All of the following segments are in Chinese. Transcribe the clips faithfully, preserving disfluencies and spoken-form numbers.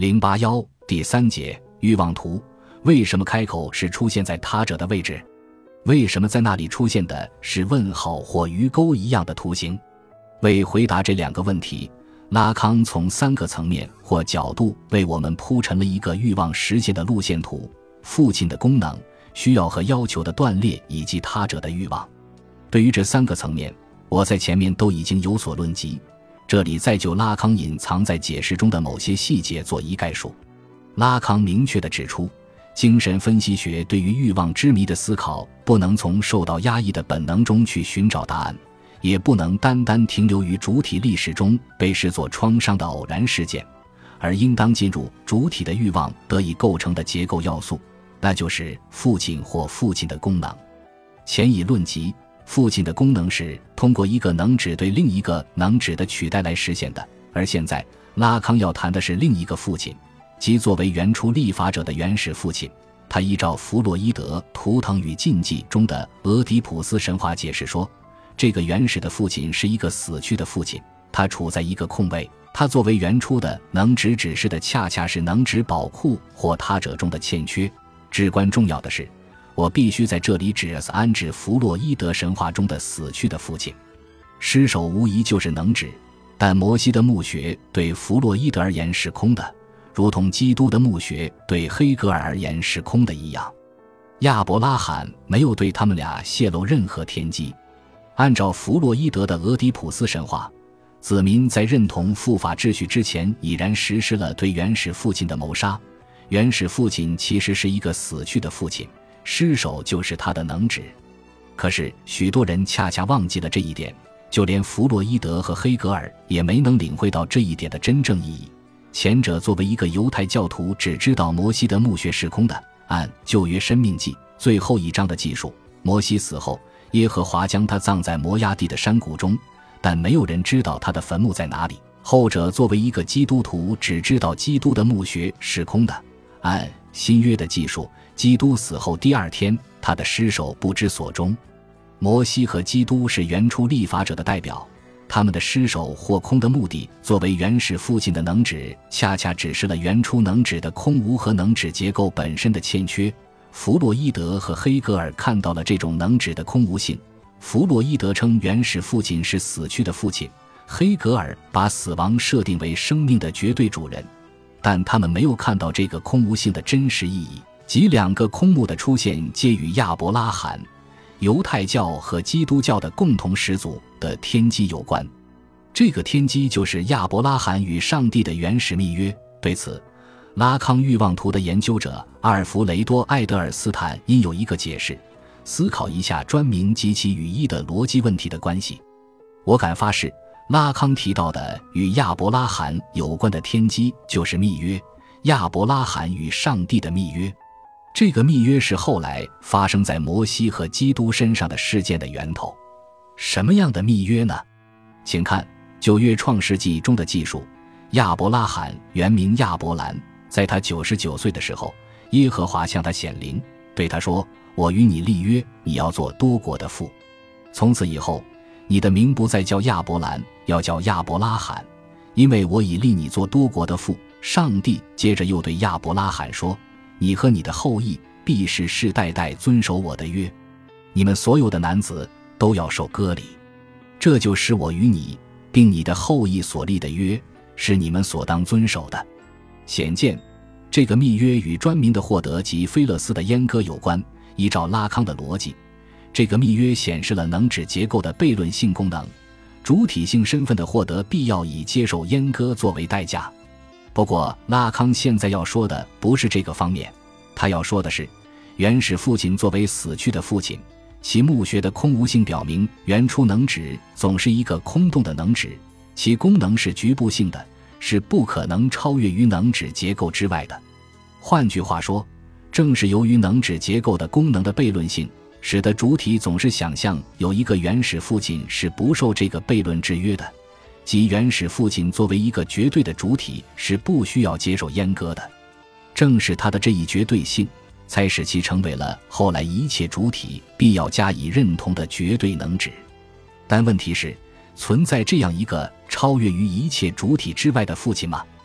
零八一第三节欲望图，为什么开口是出现在他者的位置？为什么在那里出现的是问号或鱼钩一样的图形？为回答这两个问题，拉康从三个层面或角度为我们铺陈了一个欲望实现的路线图：父亲的功能、需要和要求的断裂以及他者的欲望。对于这三个层面，我在前面都已经有所论及，这里再就拉康隐藏在解释中的某些细节做一概述。拉康明确地指出，精神分析学对于欲望之谜的思考不能从受到压抑的本能中去寻找答案，也不能单单停留于主体历史中被视作创伤的偶然事件，而应当进入主体的欲望得以构成的结构要素，那就是父亲或父亲的功能。前已论及，父亲的功能是通过一个能指对另一个能指的取代来实现的，而现在拉康要谈的是另一个父亲，即作为原初立法者的原始父亲。他依照弗洛伊德《图腾与禁忌》中的俄狄浦斯神话解释说，这个原始的父亲是一个死去的父亲，他处在一个空位，他作为原初的能指指示的恰恰是能指宝库或他者中的欠缺。至关重要的是，我必须在这里指安指弗洛伊德神话中的死去的父亲。尸首无疑就是能指，但摩西的墓穴对弗洛伊德而言是空的，如同基督的墓穴对黑格尔而言是空的一样。亚伯拉罕没有对他们俩泄露任何天机。按照弗洛伊德的俄狄浦斯神话，子民在认同父法秩序之前已然实施了对原始父亲的谋杀。原始父亲其实是一个死去的父亲，尸首就是他的能指。可是许多人恰恰忘记了这一点，就连弗洛伊德和黑格尔也没能领会到这一点的真正意义。前者作为一个犹太教徒只知道摩西的墓穴是空的，按旧约申命记最后一章的记述，摩西死后耶和华将他葬在摩押地的山谷中，但没有人知道他的坟墓在哪里。后者作为一个基督徒只知道基督的墓穴是空的，按新约的记述，基督死后第二天他的尸首不知所终。摩西和基督是原初立法者的代表，他们的尸首或空的目的作为原始父亲的能指，恰恰指示了原初能指的空无和能指结构本身的欠缺。弗洛伊德和黑格尔看到了这种能指的空无性。弗洛伊德称原始父亲是死去的父亲，黑格尔把死亡设定为生命的绝对主人，但他们没有看到这个空无性的真实意义，即两个空目的出现皆与亚伯拉罕、犹太教和基督教的共同始祖的天机有关。这个天机就是亚伯拉罕与上帝的原始密约。对此，拉康欲望图的研究者阿尔弗雷多·爱德尔斯坦应有一个解释，思考一下专名及其语义的逻辑问题的关系。我敢发誓，拉康提到的与亚伯拉罕有关的天机就是密约，亚伯拉罕与上帝的密约。这个密约是后来发生在摩西和基督身上的事件的源头。什么样的密约呢？请看旧约创世纪中的记述，亚伯拉罕原名亚伯兰，在他九十九岁的时候，耶和华向他显灵，对他说，我与你立约，你要做多国的父。从此以后，你的名不再叫亚伯兰，要叫亚伯拉罕，因为我已立你做多国的父。上帝接着又对亚伯拉罕说，你和你的后裔必世世代代遵守我的约，你们所有的男子都要受割礼。这就是我与你并你的后裔所立的约，是你们所当遵守的。显见，这个密约与专名的获得及菲勒斯的阉割有关。依照拉康的逻辑，这个密约显示了能指结构的悖论性功能，主体性身份的获得必要以接受阉割作为代价。不过拉康现在要说的不是这个方面，他要说的是，原始父亲作为死去的父亲，其墓穴的空无性表明原初能指总是一个空洞的能指，其功能是局部性的，是不可能超越于能指结构之外的。换句话说，正是由于能指结构的功能的悖论性，使得主体总是想象有一个原始父亲是不受这个悖论制约的，即原始父亲作为一个绝对的主体是不需要接受阉割的。正是他的这一绝对性，才使其成为了后来一切主体必要加以认同的绝对能指。但问题是，存在这样一个超越于一切主体之外的父亲吗？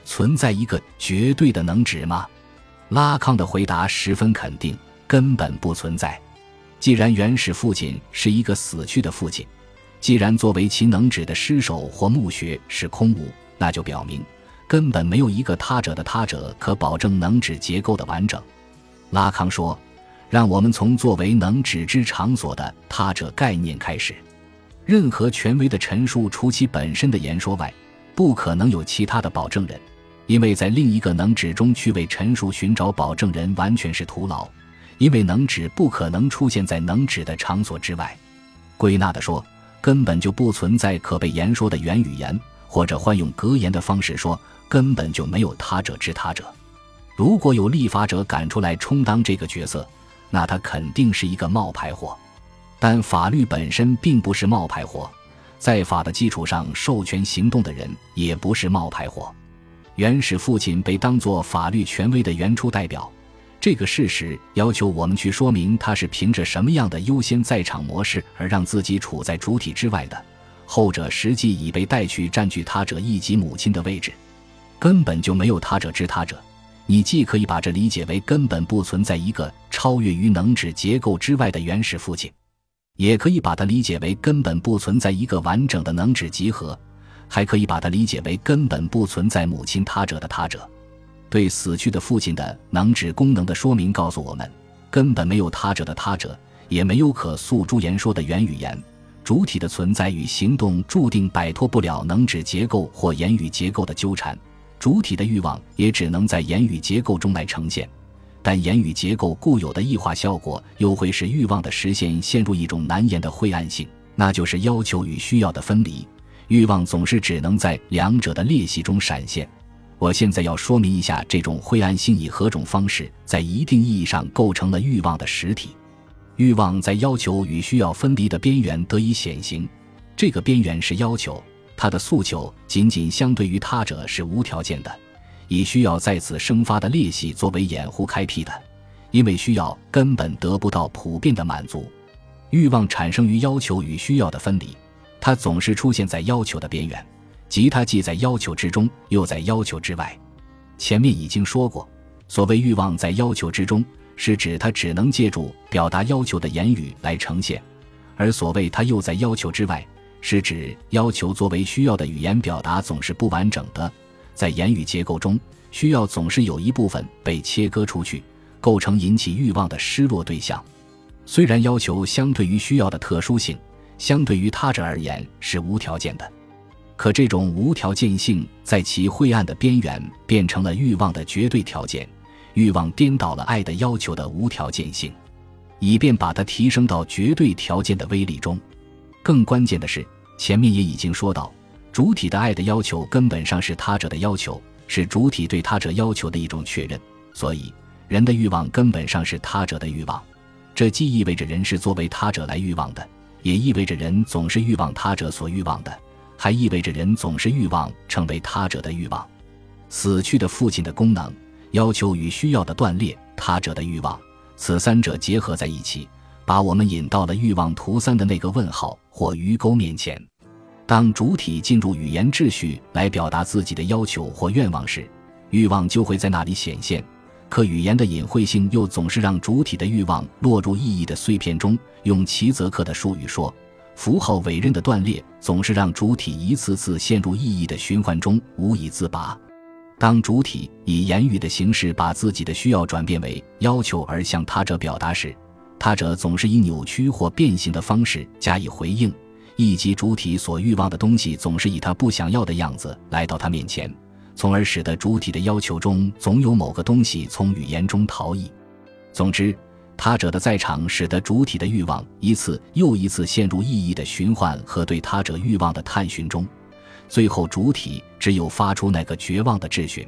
存在一个绝对的能指吗？拉康的回答十分肯定，根本不存在。既然原始父亲是一个死去的父亲，既然作为其能指的尸首或墓穴是空无，那就表明根本没有一个他者的他者可保证能指结构的完整。拉康说，让我们从作为能指之场所的他者概念开始。任何权威的陈述除其本身的言说外，不可能有其他的保证人，因为在另一个能指中去为陈述寻找保证人完全是徒劳，因为能指不可能出现在能指的场所之外。归纳地说，根本就不存在可被言说的原语言，或者换用格言的方式说，根本就没有他者之他者。如果有立法者赶出来充当这个角色，那他肯定是一个冒牌货。但法律本身并不是冒牌货，在法的基础上授权行动的人也不是冒牌货。原始父亲被当作法律权威的原初代表，这个事实要求我们去说明他是凭着什么样的优先在场模式而让自己处在主体之外的，后者实际已被带去占据他者一级母亲的位置。根本就没有他者之他者，你既可以把这理解为根本不存在一个超越于能指结构之外的原始父亲，也可以把它理解为根本不存在一个完整的能指集合，还可以把它理解为根本不存在母亲他者的他者。对死去的父亲的能指功能的说明告诉我们，根本没有他者的他者，也没有可诉诸言说的原语言。主体的存在与行动注定摆脱不了能指结构或言语结构的纠缠，主体的欲望也只能在言语结构中来呈现，但言语结构固有的异化效果又会使欲望的实现陷入一种难言的晦暗性，那就是要求与需要的分离。欲望总是只能在两者的裂隙中闪现。我现在要说明一下这种晦暗性以何种方式在一定意义上构成了欲望的实体。欲望在要求与需要分离的边缘得以显形，这个边缘是要求，它的诉求仅仅相对于他者是无条件的，以需要在此生发的裂隙作为掩护开辟的，因为需要根本得不到普遍的满足。欲望产生于要求与需要的分离，它总是出现在要求的边缘，即它既在要求之中，又在要求之外。前面已经说过，所谓欲望在要求之中，是指它只能借助表达要求的言语来呈现，而所谓它又在要求之外，是指要求作为需要的语言表达总是不完整的，在言语结构中，需要总是有一部分被切割出去，构成引起欲望的失落对象。虽然要求相对于需要的特殊性，相对于他者而言是无条件的，可这种无条件性在其晦暗的边缘变成了欲望的绝对条件，欲望颠倒了爱的要求的无条件性，以便把它提升到绝对条件的威力中。更关键的是，前面也已经说到，主体的爱的要求根本上是他者的要求，是主体对他者要求的一种确认，所以人的欲望根本上是他者的欲望。这既意味着人是作为他者来欲望的，也意味着人总是欲望他者所欲望的，还意味着人总是欲望成为他者的欲望。死去的父亲的功能、要求与需要的断裂、他者的欲望，此三者结合在一起，把我们引到了欲望图三的那个问号或鱼钩面前。当主体进入语言秩序来表达自己的要求或愿望时，欲望就会在那里显现，可语言的隐晦性又总是让主体的欲望落入意义的碎片中。用齐泽克的术语说，符号委任的断裂总是让主体一次次陷入意义的循环中无以自拔。当主体以言语的形式把自己的需要转变为要求而向他者表达时，他者总是以扭曲或变形的方式加以回应，以及主体所欲望的东西总是以他不想要的样子来到他面前，从而使得主体的要求中总有某个东西从语言中逃逸。总之，他者的在场使得主体的欲望一次又一次陷入意义的循环和对他者欲望的探寻中，最后主体只有发出那个绝望的质询。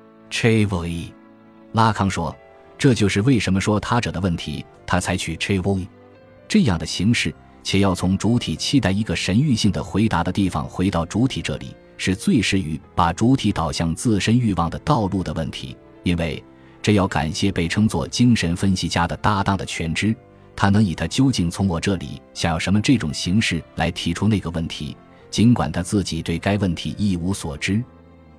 Chevoi 拉康说，这就是为什么说他者的问题他采取 Chevoi 这样的形式，且要从主体期待一个神谕性的回答的地方回到主体这里，是最适于把主体导向自身欲望的道路的问题。因为这要感谢被称作精神分析家的搭档的全知，他能以他究竟从我这里想要什么这种形式来提出那个问题，尽管他自己对该问题一无所知。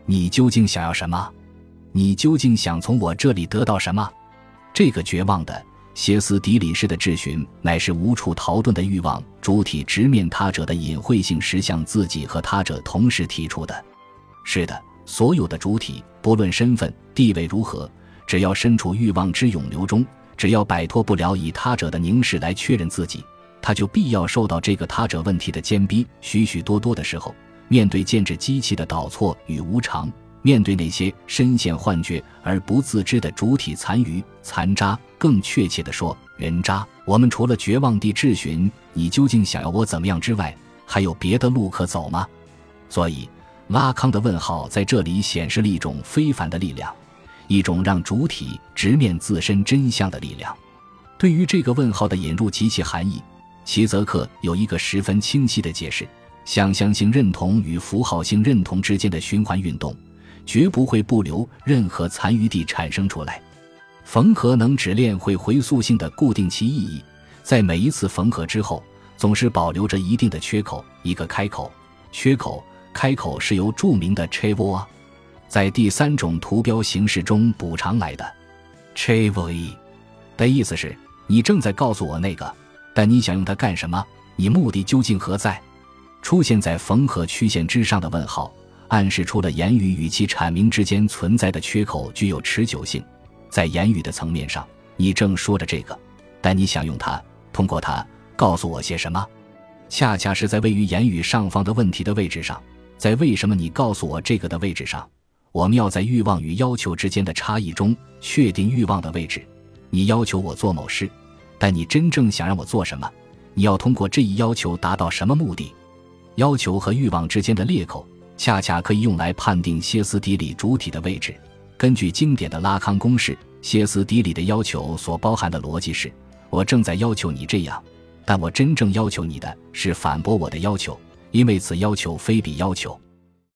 你究竟想要什么？你究竟想从我这里得到什么？这个绝望的歇斯底里式的质询，乃是无处逃遁的欲望主体直面他者的隐晦性实向自己和他者同时提出的。是的，所有的主体不论身份地位如何，只要身处欲望之涌流中，只要摆脱不了以他者的凝视来确认自己，他就必要受到这个他者问题的坚逼。许许多多的时候，面对建制机器的倒错与无常，面对那些深陷幻觉而不自知的主体残余残渣，更确切地说人渣，我们除了绝望地质询你究竟想要我怎么样之外，还有别的路可走吗？所以拉康的问号在这里显示了一种非凡的力量，一种让主体直面自身真相的力量。对于这个问号的引入及其含义，齐泽克有一个十分清晰的解释：想象性认同与符号性认同之间的循环运动绝不会不留任何残余地产生出来。缝合能指链会回溯性的固定其意义，在每一次缝合之后总是保留着一定的缺口，一个开口。缺口开口是由著名的 Chevo 在第三种图标形式中补偿来的。 Chevo 的意思是你正在告诉我那个，但你想用它干什么？你目的究竟何在？出现在缝合曲线之上的问号暗示出了言语与其阐明之间存在的缺口具有持久性。在言语的层面上，你正说着这个，但你想用它，通过它告诉我些什么？恰恰是在位于言语上方的问题的位置上，在为什么你告诉我这个的位置上，我们要在欲望与要求之间的差异中确定欲望的位置。你要求我做某事，但你真正想让我做什么？你要通过这一要求达到什么目的？要求和欲望之间的裂口恰恰可以用来判定歇斯底里主体的位置。根据经典的拉康公式，歇斯底里的要求所包含的逻辑是：我正在要求你这样，但我真正要求你的是反驳我的要求，因为此要求非彼要求。